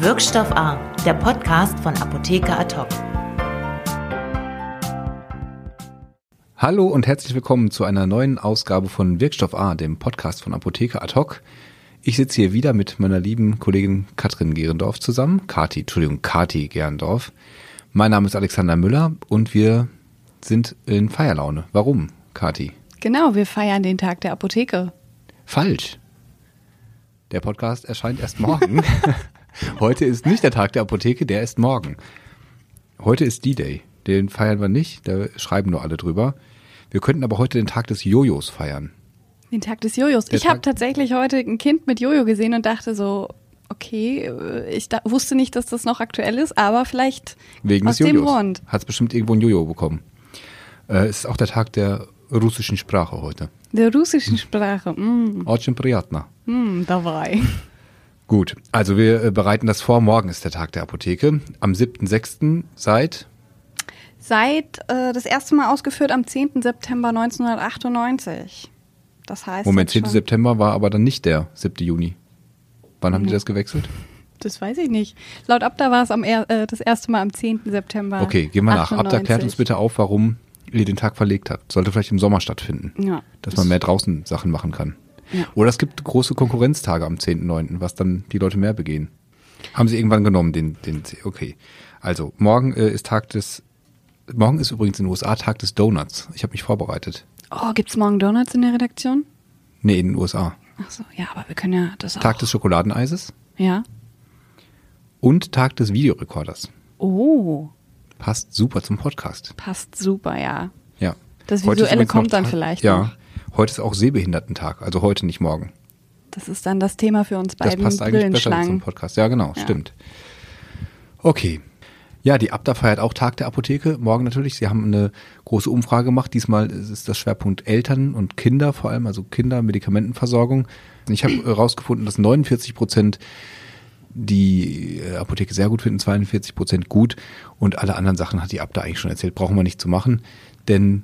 Wirkstoff A, der Podcast von Apotheker Ad-Hoc. Hallo und herzlich willkommen zu einer neuen Ausgabe von Wirkstoff A, dem Podcast von Apotheker Ad-Hoc. Ich sitze hier wieder mit meiner lieben Kollegin Katrin Gerendorf zusammen. Kati Gerendorf. Mein Name ist Alexander Müller und wir sind in Feierlaune. Warum, Kati? Genau, wir feiern den Tag der Apotheke. Falsch. Der Podcast erscheint erst morgen. Heute ist nicht der Tag der Apotheke, der ist morgen. Heute ist D-Day. Den feiern wir nicht, da schreiben nur alle drüber. Wir könnten aber heute den Tag des Jojos feiern. Den Tag des Jojos. Ich habe tatsächlich heute ein Kind mit Jojo gesehen und dachte so, okay, ich wusste nicht, dass das noch aktuell ist, aber vielleicht wegen aus des dem Jojos. Grund. Hat es bestimmt irgendwo ein Jojo bekommen. Es ist auch der Tag der russischen Sprache heute. Der russischen Sprache. Очень приятно. Dabei. Gut, also wir bereiten das vor. Morgen ist der Tag der Apotheke. Am 7.6. Seit das erste Mal ausgeführt am 10. September 1998. Das heißt. Moment, 10. September war aber dann nicht der 7. Juni. Wann haben die das gewechselt? Das weiß ich nicht. Laut Abda war es das erste Mal am 10. September. Okay, gehen wir nach. 98. Abda, klärt uns bitte auf, warum ihr den Tag verlegt habt. Sollte vielleicht im Sommer stattfinden. Ja. Dass man mehr draußen Sachen machen kann. Ja. Oder es gibt große Konkurrenztage am 10.9., was dann die Leute mehr begehen. Haben sie irgendwann genommen, okay. Also, morgen ist übrigens in den USA Tag des Donuts. Ich habe mich vorbereitet. Oh, gibt's morgen Donuts in der Redaktion? Nee, in den USA. Ach so, ja, aber wir können ja das auch. Tag des Schokoladeneises. Ja. Und Tag des Videorekorders. Oh. Passt super zum Podcast. Passt super, ja. Ja. Das Visuelle kommt dann vielleicht noch. Heute ist auch Sehbehindertentag, also heute, nicht morgen. Das ist dann das Thema für uns beiden. Das passt eigentlich besser zum Podcast. Ja, genau, stimmt. Okay. Ja, die Abda feiert auch Tag der Apotheke, morgen natürlich. Sie haben eine große Umfrage gemacht. Diesmal ist das Schwerpunkt Eltern und Kinder vor allem, also Kinder, Medikamentenversorgung. Ich habe herausgefunden, dass 49% die Apotheke sehr gut finden, 42% gut und alle anderen Sachen hat die Abda eigentlich schon erzählt. Brauchen wir nicht zu machen, denn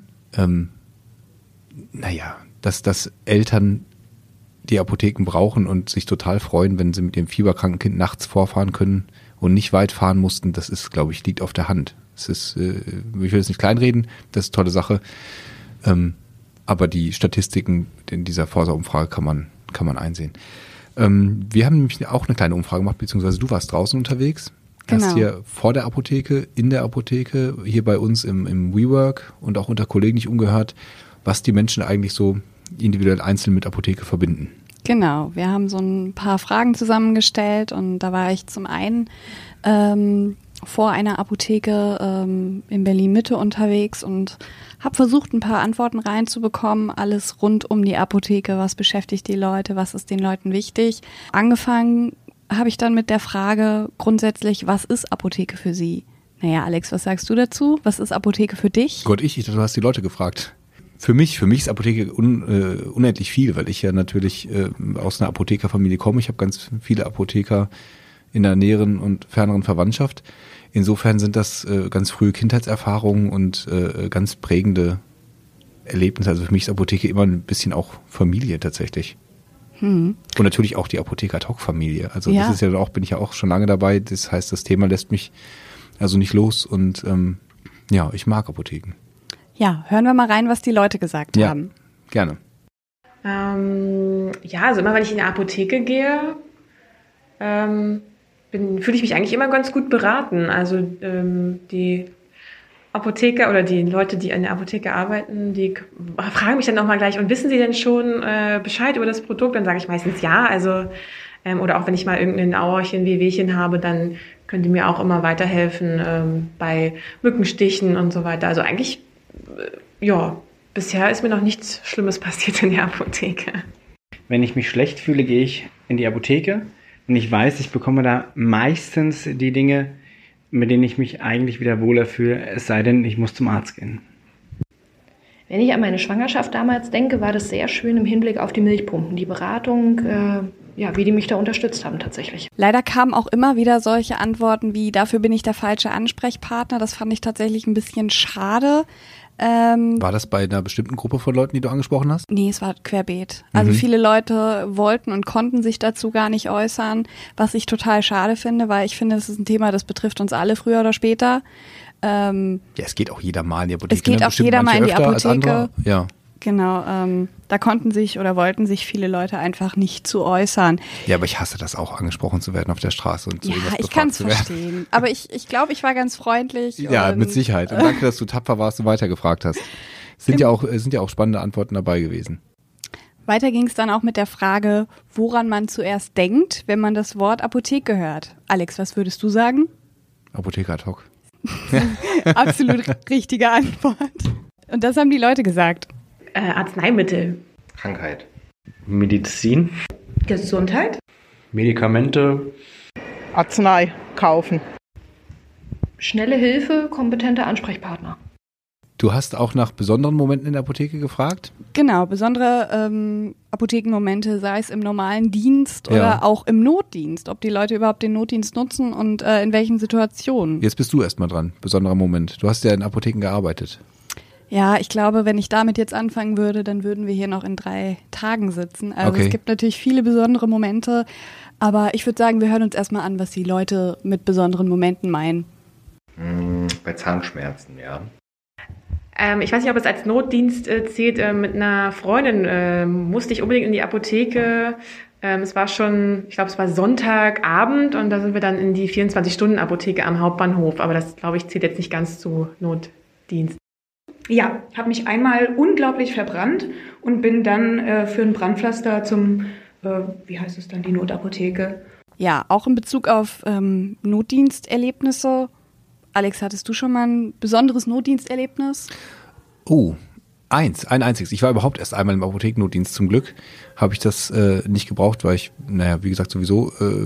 dass Eltern die Apotheken brauchen und sich total freuen, wenn sie mit ihrem fieberkranken Kind nachts vorfahren können und nicht weit fahren mussten, das ist, glaube ich, liegt auf der Hand. Es ist, ich will es nicht kleinreden, das ist eine tolle Sache, aber die Statistiken in dieser Forsa-Umfrage kann man einsehen. Wir haben nämlich auch eine kleine Umfrage gemacht, beziehungsweise du warst draußen unterwegs. Genau. Hast hier vor der Apotheke, in der Apotheke, hier bei uns im WeWork und auch unter Kollegen nicht umgehört, was die Menschen eigentlich so individuell einzeln mit Apotheke verbinden. Genau, wir haben so ein paar Fragen zusammengestellt und da war ich zum einen vor einer Apotheke in Berlin-Mitte unterwegs und habe versucht, ein paar Antworten reinzubekommen, alles rund um die Apotheke, was beschäftigt die Leute, was ist den Leuten wichtig. Angefangen habe ich dann mit der Frage grundsätzlich, was ist Apotheke für Sie? Naja, Alex, was sagst du dazu? Was ist Apotheke für dich? Gott, du hast die Leute gefragt. Für mich ist Apotheke unendlich viel, weil ich ja natürlich aus einer Apothekerfamilie komme. Ich habe ganz viele Apotheker in der näheren und ferneren Verwandtschaft. Insofern sind das ganz frühe Kindheitserfahrungen und ganz prägende Erlebnisse. Also für mich ist Apotheke immer ein bisschen auch Familie tatsächlich. Und natürlich auch die Apotheker Ad-Hoc-Familie. Also das ist ja auch, bin ich ja auch schon lange dabei. Das heißt, das Thema lässt mich also nicht los und ich mag Apotheken. Ja, hören wir mal rein, was die Leute gesagt haben. Gerne. Also immer wenn ich in eine Apotheke gehe, fühle ich mich eigentlich immer ganz gut beraten. Also die Apotheker oder die Leute, die an der Apotheke arbeiten, die fragen mich dann auch mal gleich, und wissen Sie denn schon Bescheid über das Produkt? Dann sage ich meistens ja. Also oder auch wenn ich mal irgendein Auerchen, Wehwehchen habe, dann können die mir auch immer weiterhelfen bei Mückenstichen und so weiter. Also eigentlich bisher ist mir noch nichts Schlimmes passiert in der Apotheke. Wenn ich mich schlecht fühle, gehe ich in die Apotheke und ich weiß, ich bekomme da meistens die Dinge, mit denen ich mich eigentlich wieder wohler fühle, es sei denn, ich muss zum Arzt gehen. Wenn ich an meine Schwangerschaft damals denke, war das sehr schön im Hinblick auf die Milchpumpen, die Beratung, wie die mich da unterstützt haben tatsächlich. Leider kamen auch immer wieder solche Antworten wie, dafür bin ich der falsche Ansprechpartner. Das fand ich tatsächlich ein bisschen schade. War das bei einer bestimmten Gruppe von Leuten, die du angesprochen hast? Nee, es war querbeet. Also viele Leute wollten und konnten sich dazu gar nicht äußern, was ich total schade finde, weil ich finde, es ist ein Thema, das betrifft uns alle früher oder später. Ja, es geht auch jeder mal in die Apotheke. Es geht auch jeder mal in die Apotheke. Ja. Genau, da konnten sich oder wollten sich viele Leute einfach nicht zu äußern. Ja, aber ich hasse das auch, angesprochen zu werden auf der Straße und so. Ja, ich kann es verstehen. Aber ich glaube, ich war ganz freundlich. Ja, mit Sicherheit. Und danke, dass du tapfer warst und weitergefragt hast. Sind ja auch spannende Antworten dabei gewesen. Weiter ging es dann auch mit der Frage, woran man zuerst denkt, wenn man das Wort Apotheke hört. Alex, was würdest du sagen? Apotheker ad hoc. Absolut richtige Antwort. Und das haben die Leute gesagt. Arzneimittel. Krankheit. Medizin. Gesundheit. Medikamente. Arznei kaufen. Schnelle Hilfe, kompetente Ansprechpartner. Du hast auch nach besonderen Momenten in der Apotheke gefragt? Genau, besondere Apothekenmomente, sei es im normalen Dienst oder auch im Notdienst, ob die Leute überhaupt den Notdienst nutzen und in welchen Situationen. Jetzt bist du erstmal dran, besonderer Moment. Du hast ja in Apotheken gearbeitet. Ja, ich glaube, wenn ich damit jetzt anfangen würde, dann würden wir hier noch in 3 Tagen sitzen. Also Es gibt natürlich viele besondere Momente, aber ich würde sagen, wir hören uns erstmal an, was die Leute mit besonderen Momenten meinen. Bei Zahnschmerzen, ja. Ich weiß nicht, ob es als Notdienst zählt. Mit einer Freundin musste ich unbedingt in die Apotheke. Es war schon, ich glaube, es war Sonntagabend und da sind wir dann in die 24-Stunden-Apotheke am Hauptbahnhof. Aber das, glaube ich, zählt jetzt nicht ganz zu Notdienst. Ja, habe mich einmal unglaublich verbrannt und bin dann für ein Brandpflaster zum, wie heißt es dann, die Notapotheke. Ja, auch in Bezug auf Notdiensterlebnisse. Alex, hattest du schon mal ein besonderes Notdiensterlebnis? Oh, ein einziges. Ich war überhaupt erst einmal im Apothekennotdienst. Zum Glück habe ich das nicht gebraucht, weil ich, wie gesagt, sowieso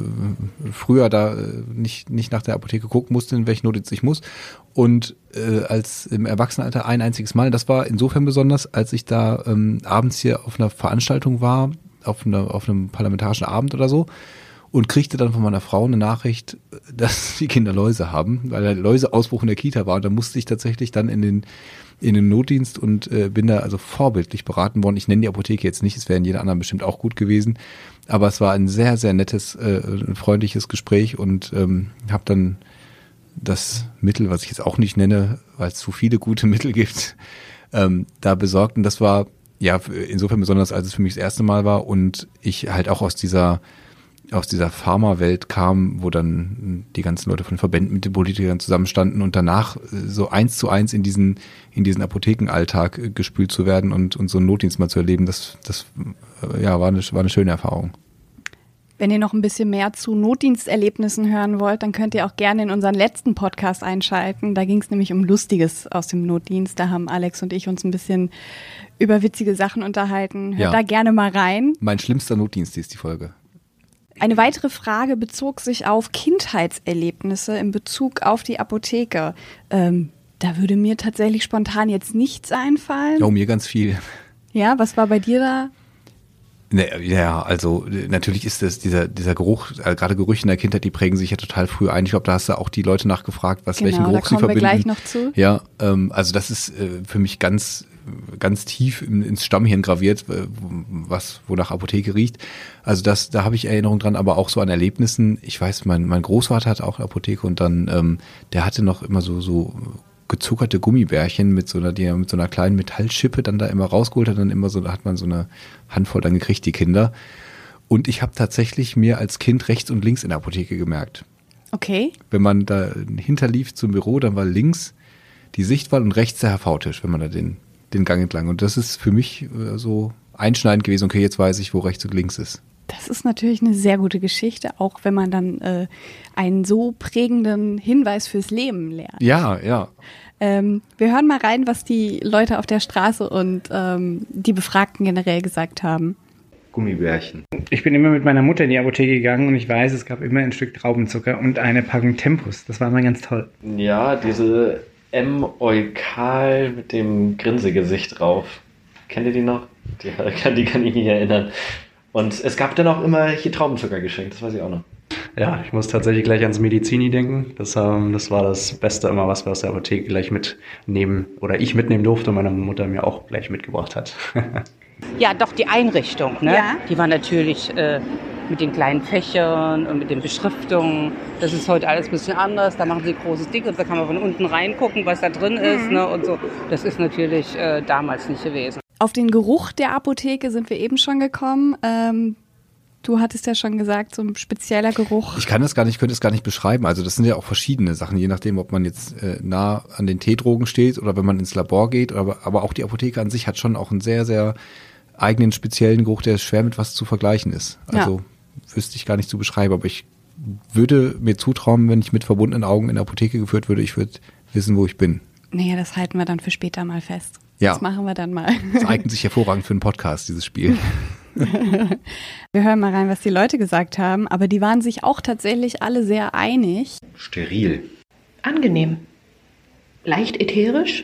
früher da nicht nach der Apotheke gucken musste, in welchen Notdienst ich muss. Und als im Erwachsenenalter ein einziges Mal. Das war insofern besonders, als ich da abends hier auf einer Veranstaltung war, auf einem parlamentarischen Abend oder so. Und kriegte dann von meiner Frau eine Nachricht, dass die Kinder Läuse haben, weil der Läuseausbruch in der Kita war. Und da musste ich tatsächlich dann in den Notdienst und bin da also vorbildlich beraten worden. Ich nenne die Apotheke jetzt nicht, es wäre in jeder anderen bestimmt auch gut gewesen. Aber es war ein sehr, sehr nettes, freundliches Gespräch und habe dann das Mittel, was ich jetzt auch nicht nenne, weil es zu viele gute Mittel gibt, da besorgt. Und das war ja insofern besonders, als es für mich das erste Mal war und ich halt auch aus dieser Pharma-Welt kam, wo dann die ganzen Leute von Verbänden mit den Politikern zusammenstanden und danach so 1:1 in diesen Apothekenalltag gespült zu werden und so einen Notdienst mal zu erleben, das war eine schöne Erfahrung. Wenn ihr noch ein bisschen mehr zu Notdiensterlebnissen hören wollt, dann könnt ihr auch gerne in unseren letzten Podcast einschalten. Da ging es nämlich um Lustiges aus dem Notdienst. Da haben Alex und ich uns ein bisschen über witzige Sachen unterhalten. Hört da gerne mal rein. Mein schlimmster Notdienst ist die Folge. Eine weitere Frage bezog sich auf Kindheitserlebnisse in Bezug auf die Apotheke. Da würde mir tatsächlich spontan jetzt nichts einfallen. Ja, mir ganz viel. Ja, was war bei dir da? Ja, also natürlich ist das dieser Geruch, gerade Gerüche in der Kindheit, die prägen sich ja total früh ein. Ich glaube, da hast du auch die Leute nachgefragt, welchen Geruch sie verbinden. Da kommen wir gleich noch zu. Ja, also das ist für mich ganz tief ins Stammhirn graviert, wonach Apotheke riecht. Also da habe ich Erinnerungen dran, aber auch so an Erlebnissen. Ich weiß, mein Großvater hatte auch eine Apotheke und dann, der hatte noch immer so gezuckerte Gummibärchen die er mit so einer kleinen Metallschippe dann da immer rausgeholt hat, dann immer so, da hat man so eine Handvoll dann gekriegt, die Kinder. Und ich habe tatsächlich mir als Kind rechts und links in der Apotheke gemerkt. Okay. Wenn man da hinterlief zum Büro, dann war links die Sichtwahl und rechts der HV-Tisch, wenn man da den Gang entlang. Und das ist für mich so einschneidend gewesen. Okay, jetzt weiß ich, wo rechts und links ist. Das ist natürlich eine sehr gute Geschichte, auch wenn man dann einen so prägenden Hinweis fürs Leben lernt. Ja, ja. Wir hören mal rein, was die Leute auf der Straße und die Befragten generell gesagt haben. Gummibärchen. Ich bin immer mit meiner Mutter in die Apotheke gegangen und ich weiß, es gab immer ein Stück Traubenzucker und eine Packung Tempus. Das war immer ganz toll. Ja, diese M-Eukal mit dem Grinsegesicht drauf. Kennt ihr die noch? Die kann ich mich erinnern. Und es gab dann auch immer hier Traubenzucker geschenkt, das weiß ich auch noch. Ja, ich muss tatsächlich gleich ans Medizini denken. Das war das Beste immer, was wir aus der Apotheke gleich mitnehmen oder ich mitnehmen durfte und meine Mutter mir auch gleich mitgebracht hat. Ja, doch, die Einrichtung, ne? Ja. Die war natürlich mit den kleinen Fächern und mit den Beschriftungen. Das ist heute alles ein bisschen anders. Da machen sie großes Ding und da kann man von unten reingucken, was da drin ist, ne? Und so. Das ist natürlich damals nicht gewesen. Auf den Geruch der Apotheke sind wir eben schon gekommen. Du hattest ja schon gesagt, so ein spezieller Geruch. Ich könnte es gar nicht beschreiben. Also das sind ja auch verschiedene Sachen, je nachdem, ob man jetzt nah an den Teedrogen steht oder wenn man ins Labor geht. Aber auch die Apotheke an sich hat schon auch einen sehr, sehr eigenen speziellen Geruch, der schwer mit was zu vergleichen ist. Also wüsste ich gar nicht zu beschreiben. Aber ich würde mir zutrauen, wenn ich mit verbundenen Augen in der Apotheke geführt würde, ich würde wissen, wo ich bin. Naja, das halten wir dann für später mal fest. Ja. Das machen wir dann mal. Das eignet sich hervorragend für einen Podcast, dieses Spiel. Wir hören mal rein, was die Leute gesagt haben, aber die waren sich auch tatsächlich alle sehr einig. Steril. Angenehm. Leicht ätherisch.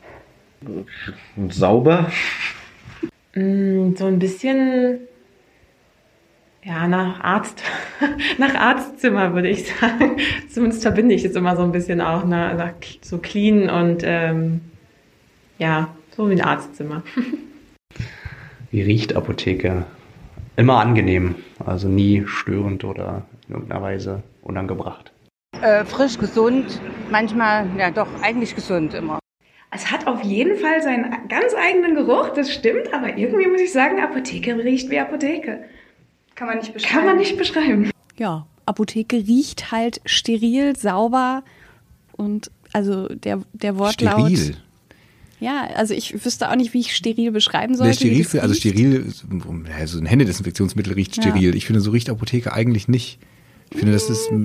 Sauber. So ein bisschen, ja, nach Arztzimmer würde ich sagen. Zumindest verbinde ich es immer so ein bisschen auch nach so clean und ja, so wie ein Arztzimmer. Wie riecht Apotheke? Immer angenehm, also nie störend oder in irgendeiner Weise unangebracht. Frisch, gesund, manchmal, ja doch, eigentlich gesund immer. Es hat auf jeden Fall seinen ganz eigenen Geruch, das stimmt, aber irgendwie muss ich sagen, Apotheke riecht wie Apotheke. Kann man nicht beschreiben. Ja, Apotheke riecht halt steril, sauber und also der Wortlaut. Steril? Ja, also ich wüsste auch nicht, wie ich steril beschreiben sollte. Steril, so ein Händedesinfektionsmittel riecht steril. Ich finde, so riecht Apotheke eigentlich nicht. Ich finde, das ist...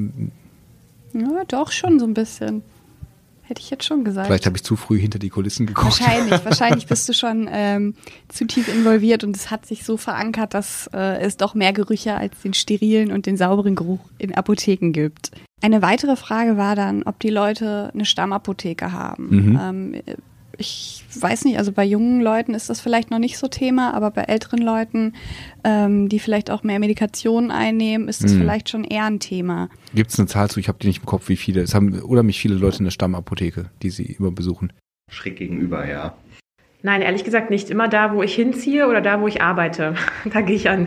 Ja, doch schon so ein bisschen. Hätte ich jetzt schon gesagt. Vielleicht habe ich zu früh hinter die Kulissen geguckt. Wahrscheinlich bist du schon zu tief involviert und es hat sich so verankert, dass es doch mehr Gerüche als den sterilen und den sauberen Geruch in Apotheken gibt. Eine weitere Frage war dann, ob die Leute eine Stammapotheke haben. Ich weiß nicht, also bei jungen Leuten ist das vielleicht noch nicht so Thema, aber bei älteren Leuten, die vielleicht auch mehr Medikationen einnehmen, ist das vielleicht schon eher ein Thema. Gibt es eine Zahl zu? Ich habe die nicht im Kopf, wie viele. Es haben unheimlich viele Leute eine Stammapotheke, die sie immer besuchen. Schräg gegenüber, ja. Nein, ehrlich gesagt nicht. Immer da, wo ich hinziehe oder da, wo ich arbeite. Da gehe ich an.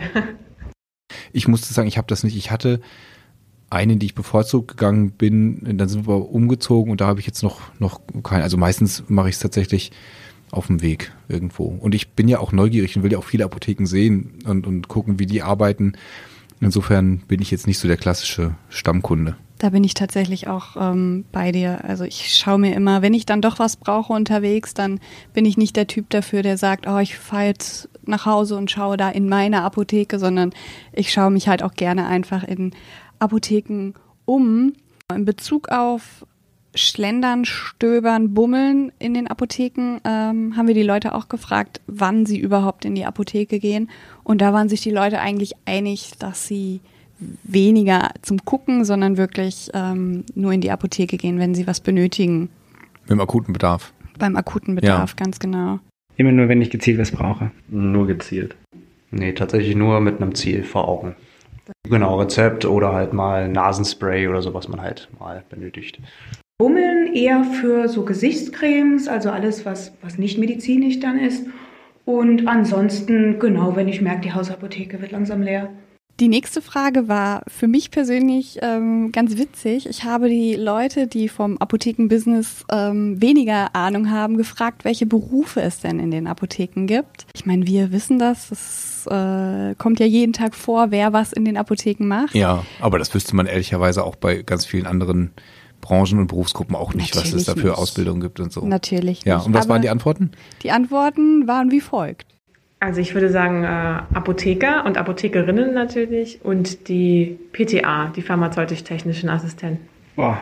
Ich musste sagen, ich habe das nicht. Ich hatte eine, die ich bevorzugt gegangen bin, dann sind wir umgezogen und da habe ich jetzt noch keine. Also meistens mache ich es tatsächlich auf dem Weg irgendwo. Und ich bin ja auch neugierig und will ja auch viele Apotheken sehen und gucken, wie die arbeiten. Insofern bin ich jetzt nicht so der klassische Stammkunde. Da bin ich tatsächlich auch bei dir. Also ich schaue mir immer, wenn ich dann doch was brauche unterwegs, dann bin ich nicht der Typ dafür, der sagt, oh, ich fahre jetzt nach Hause und schaue da in meine Apotheke, sondern ich schaue mich halt auch gerne einfach in Apotheken um. In Bezug auf Schlendern, Stöbern, Bummeln in den Apotheken haben wir die Leute auch gefragt, wann sie überhaupt in die Apotheke gehen. Und da waren sich die Leute eigentlich einig, dass sie weniger zum Gucken, sondern wirklich nur in die Apotheke gehen, wenn sie was benötigen. Mit dem akuten Bedarf. Beim akuten Bedarf, ganz genau. Immer nur, wenn ich gezielt was brauche. Nur gezielt. Nee, tatsächlich nur mit einem Ziel vor Augen. Genau, Rezept oder halt mal Nasenspray oder so, was man halt mal benötigt. Bummeln eher für so Gesichtscremes, also alles, was nicht medizinisch dann ist. Und ansonsten, genau, wenn ich merke, die Hausapotheke wird langsam leer. Die nächste Frage war für mich persönlich ganz witzig. Ich habe die Leute, die vom Apothekenbusiness weniger Ahnung haben, gefragt, welche Berufe es denn in den Apotheken gibt. Ich meine, wir wissen das. Es kommt ja jeden Tag vor, wer was in den Apotheken macht. Ja, aber das wüsste man ehrlicherweise auch bei ganz vielen anderen Branchen und Berufsgruppen auch nicht, Natürlich was es da für nicht. Ausbildung gibt und so. Natürlich Ja, nicht. und was Aber waren die Antworten? Die Antworten waren wie folgt. Also ich würde sagen Apotheker und Apothekerinnen natürlich und die PTA, die pharmazeutisch-technischen Assistenten. Boah.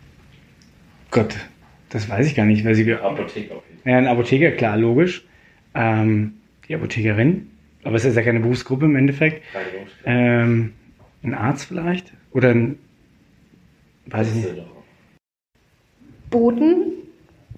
Gott, das weiß ich gar nicht. Apotheker. Ja, ein Apotheker, klar, logisch. Die Apothekerin, aber es ist ja keine Berufsgruppe im Endeffekt. Ein Arzt vielleicht? Oder ein, weiß ich nicht. Boten?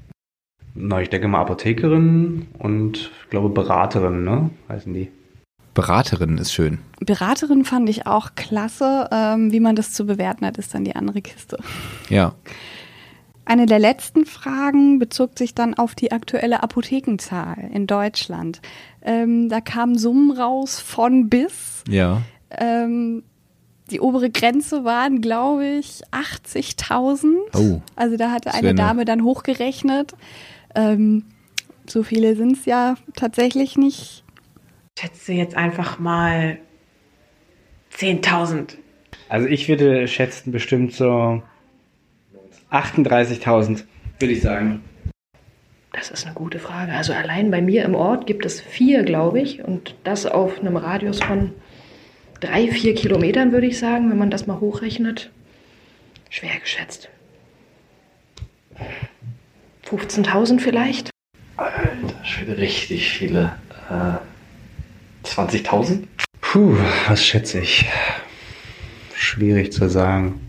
Na, ich denke mal Apothekerin und ich glaube Beraterin, ne? Heißen die. Beraterin ist schön. Beraterin fand ich auch klasse. Wie man das zu bewerten hat, ist dann die andere Kiste. Ja. Eine der letzten Fragen bezog sich dann auf die aktuelle Apothekenzahl in Deutschland. Da kamen Summen raus von bis. Ja. Die obere Grenze waren, glaube ich, 80.000. Oh. Also da hatte eine Dame dann hochgerechnet. So viele sind es ja tatsächlich nicht. Ich schätze jetzt einfach mal 10.000. Also ich würde schätzen bestimmt so 38.000, würde ich sagen. Das ist eine gute Frage. Also allein bei mir im Ort gibt es 4, glaube ich. Und das auf einem Radius von 3-4 Kilometern, würde ich sagen, wenn man das mal hochrechnet. Schwer geschätzt. 15.000 vielleicht? Alter Schwede, richtig viele. 20.000? Puh, was schätze ich? Schwierig zu sagen.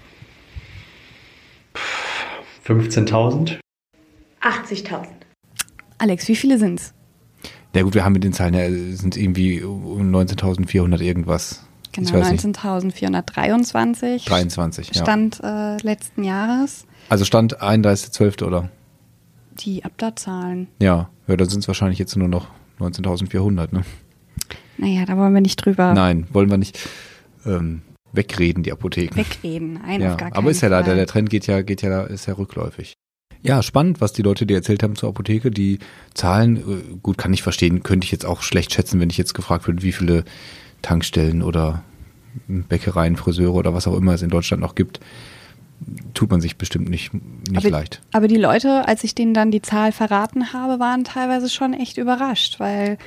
15.000? 80.000. Alex, wie viele sind's? Ja gut, wir haben mit den Zahlen, ja, sind irgendwie um 19.400 irgendwas. Genau, 19.423. 23, ja. Stand letzten Jahres. Also Stand 31.12. oder? Die Abda-Zahlen. Ja, dann sind es wahrscheinlich jetzt nur noch 19.400, ne? Naja, da wollen wir nicht drüber. Nein, wollen wir nicht wegreden, die Apotheken. Wegreden, nein, ja, auf gar keinen aber ist ja Fall. leider, der Trend ist ja rückläufig. Ja, spannend, was die Leute dir erzählt haben zur Apotheke. Die Zahlen, gut, kann ich verstehen, könnte ich jetzt auch schlecht schätzen, wenn ich jetzt gefragt würde, wie viele Tankstellen oder Bäckereien, Friseure oder was auch immer es in Deutschland noch gibt. Tut man sich bestimmt nicht leicht. Aber die Leute, als ich denen dann die Zahl verraten habe, waren teilweise schon echt überrascht, weil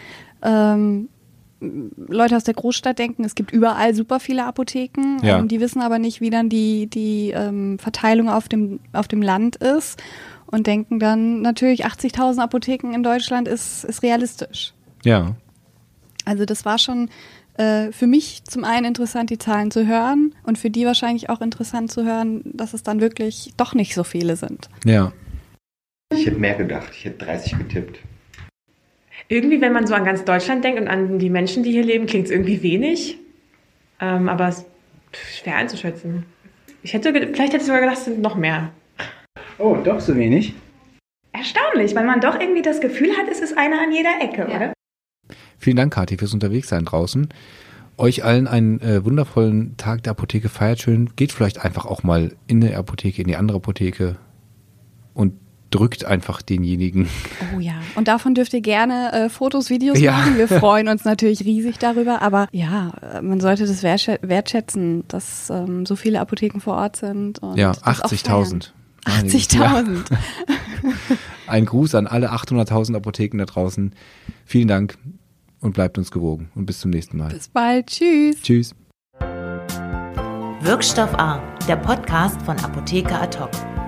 Leute aus der Großstadt denken, es gibt überall super viele Apotheken. Ja. Die wissen aber nicht, wie dann die Verteilung auf dem Land ist und denken dann natürlich 80.000 Apotheken in Deutschland ist realistisch. Ja. Also das war schon für mich zum einen interessant, die Zahlen zu hören und für die wahrscheinlich auch interessant zu hören, dass es dann wirklich doch nicht so viele sind. Ja. Ich hätte mehr gedacht. Ich hätte 30 getippt. Irgendwie, wenn man so an ganz Deutschland denkt und an die Menschen, die hier leben, klingt es irgendwie wenig. Aber es ist schwer einzuschätzen. Vielleicht hätte ich sogar gedacht, es sind noch mehr. Oh, doch so wenig? Erstaunlich, weil man doch irgendwie das Gefühl hat, es ist einer an jeder Ecke, oder? Vielen Dank, Kathi, fürs Unterwegssein draußen. Euch allen einen wundervollen Tag der Apotheke. Feiert schön. Geht vielleicht einfach auch mal in eine Apotheke, in die andere Apotheke und drückt einfach denjenigen. Oh ja, und davon dürft ihr gerne Fotos, Videos machen. Wir freuen uns natürlich riesig darüber. Aber ja, man sollte das wertschätzen, dass so viele Apotheken vor Ort sind. Und ja, 80.000. 80.000. Ein Gruß an alle 800.000 Apotheken da draußen. Vielen Dank und bleibt uns gewogen. Und bis zum nächsten Mal. Bis bald. Tschüss. Tschüss. Wirkstoff A, der Podcast von Apotheker Ad hoc.